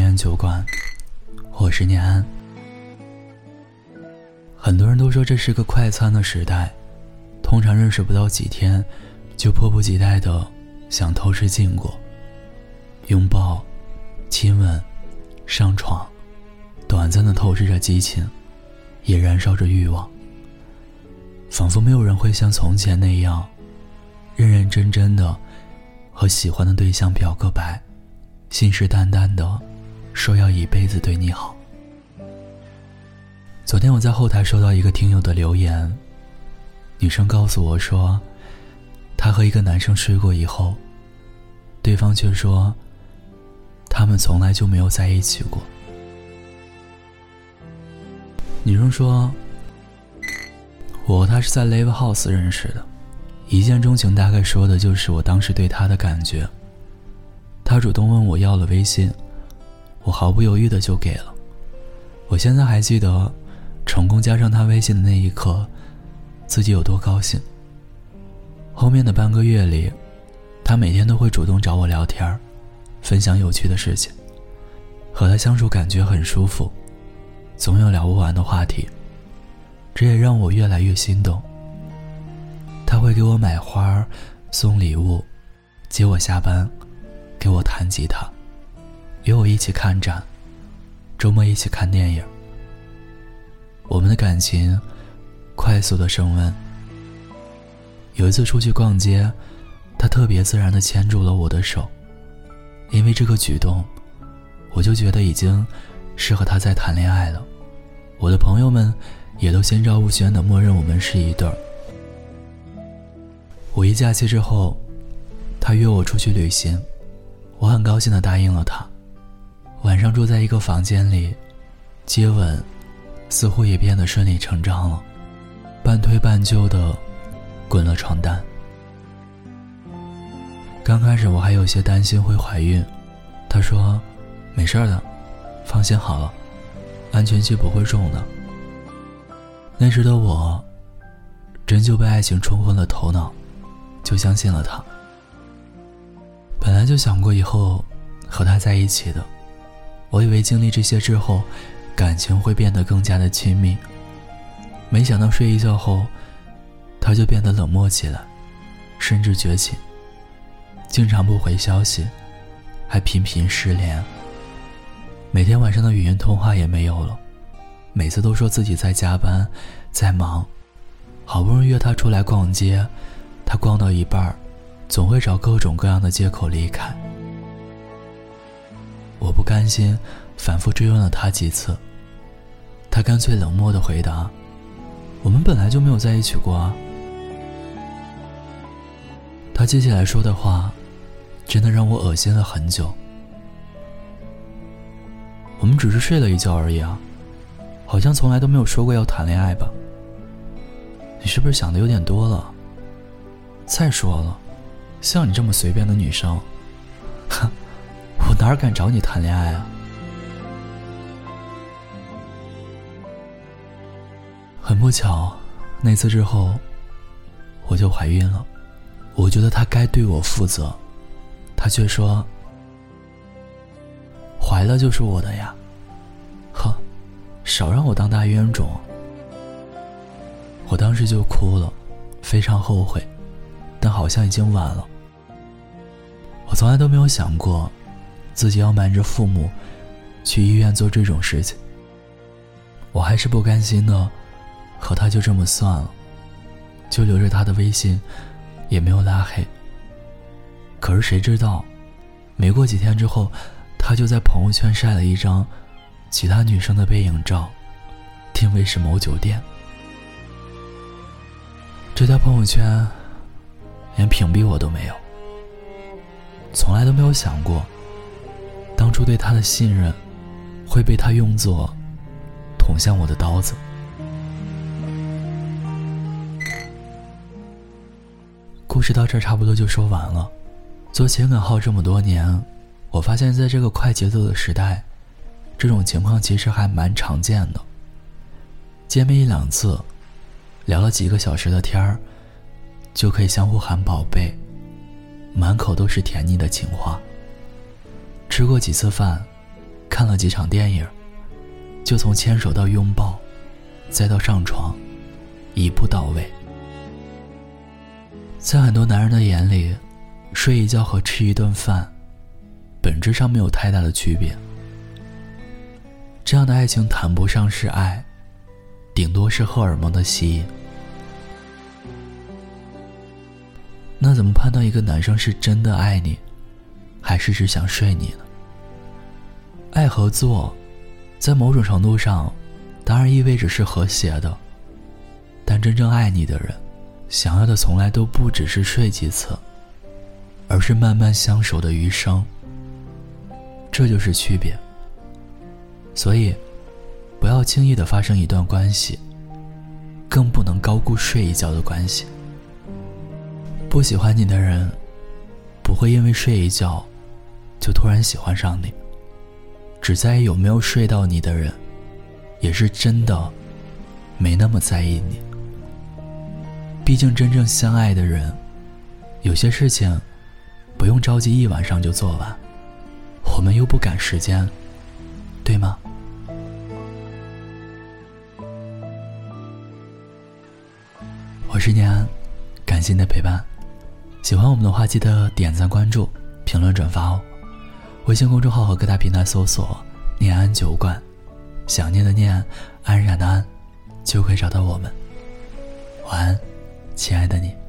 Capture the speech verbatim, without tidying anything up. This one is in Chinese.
言酒馆，我是念安。很多人都说这是个快餐的时代，通常认识不到几天，就迫不及待地想偷吃禁果，拥抱、亲吻、上床，短暂地透视着激情，也燃烧着欲望。仿佛没有人会像从前那样，认认真真地和喜欢的对象表个白，信誓旦旦地说要一辈子对你好。昨天我在后台收到一个听友的留言，女生告诉我说，她和一个男生睡过以后，对方却说他们从来就没有在一起过。女生说，我和他是在 Live House 认识的，一见钟情大概说的就是我当时对他的感觉。他主动问我要了微信，我毫不犹豫的就给了。我现在还记得成功加上他微信的那一刻，自己有多高兴。后面的半个月里，他每天都会主动找我聊天，分享有趣的事情。和他相处感觉很舒服，总有聊不完的话题，这也让我越来越心动。他会给我买花，送礼物，接我下班，给我弹吉他，约我一起看展，周末一起看电影。我们的感情快速的升温。有一次出去逛街，他特别自然地牵住了我的手，因为这个举动，我就觉得已经是和他在谈恋爱了。我的朋友们也都心照不宣地默认我们是一对儿。五一假期之后，他约我出去旅行，我很高兴地答应了他。晚上住在一个房间里，接吻似乎也变得顺理成章了，半推半就地滚了床单。刚开始我还有些担心会怀孕，他说没事的，放心好了，安全期不会中的。那时的我真就被爱情冲昏了头脑，就相信了他。本来就想过以后和他在一起的，我以为经历这些之后，感情会变得更加的亲密，没想到睡一觉后，他就变得冷漠起来，甚至绝情，经常不回消息，还频频失联，每天晚上的语音通话也没有了，每次都说自己在加班，在忙，好不容易约他出来逛街，他逛到一半，总会找各种各样的借口离开。我不甘心，反复追问了他几次，他干脆冷漠地回答，我们本来就没有在一起过啊。他接下来说的话真的让我恶心了很久。我们只是睡了一觉而已啊，好像从来都没有说过要谈恋爱吧？你是不是想的有点多了？再说了，像你这么随便的女生，哼，我哪敢找你谈恋爱啊？很不巧，那次之后我就怀孕了。我觉得他该对我负责，他却说怀了就是我的呀。呵，少让我当大冤种。我当时就哭了，非常后悔，但好像已经晚了。我从来都没有想过自己要瞒着父母去医院做这种事情。我还是不甘心的和他就这么算了，就留着他的微信，也没有拉黑。可是谁知道，没过几天之后，他就在朋友圈晒了一张其他女生的背影照，定位是某酒店。这条朋友圈连屏蔽我都没有。从来都没有想过，当初对他的信任会被他用作捅向我的刀子。故事到这儿差不多就说完了。做情感号这么多年，我发现在这个快节奏的时代，这种情况其实还蛮常见的。见面一两次，聊了几个小时的天儿，就可以相互喊宝贝，满口都是甜腻的情话。吃过几次饭， 看了几场电影，就从牵手到拥抱，再到上床，一步到位。在很多男人的眼里，睡一觉和吃一顿饭本质上没有太大的区别。这样的爱情谈不上是爱，顶多是荷尔蒙的吸引。那怎么判断一个男生是真的爱你，还是只想睡你呢？爱和做，在某种程度上，当然意味着是和谐的，但真正爱你的人，想要的从来都不只是睡几次，而是慢慢相守的余生。这就是区别。所以，不要轻易地发生一段关系，更不能高估睡一觉的关系。不喜欢你的人，不会因为睡一觉就突然喜欢上你，只在意有没有睡到你的人，也是真的没那么在意你。毕竟真正相爱的人，有些事情不用着急一晚上就做完，我们又不赶时间，对吗？我是念安，感谢你的陪伴。喜欢我们的话，记得点赞关注评论转发哦。微信公众号和各大平台搜索念安酒馆，想念的念，安然的安，就可以找到我们。晚安，亲爱的你。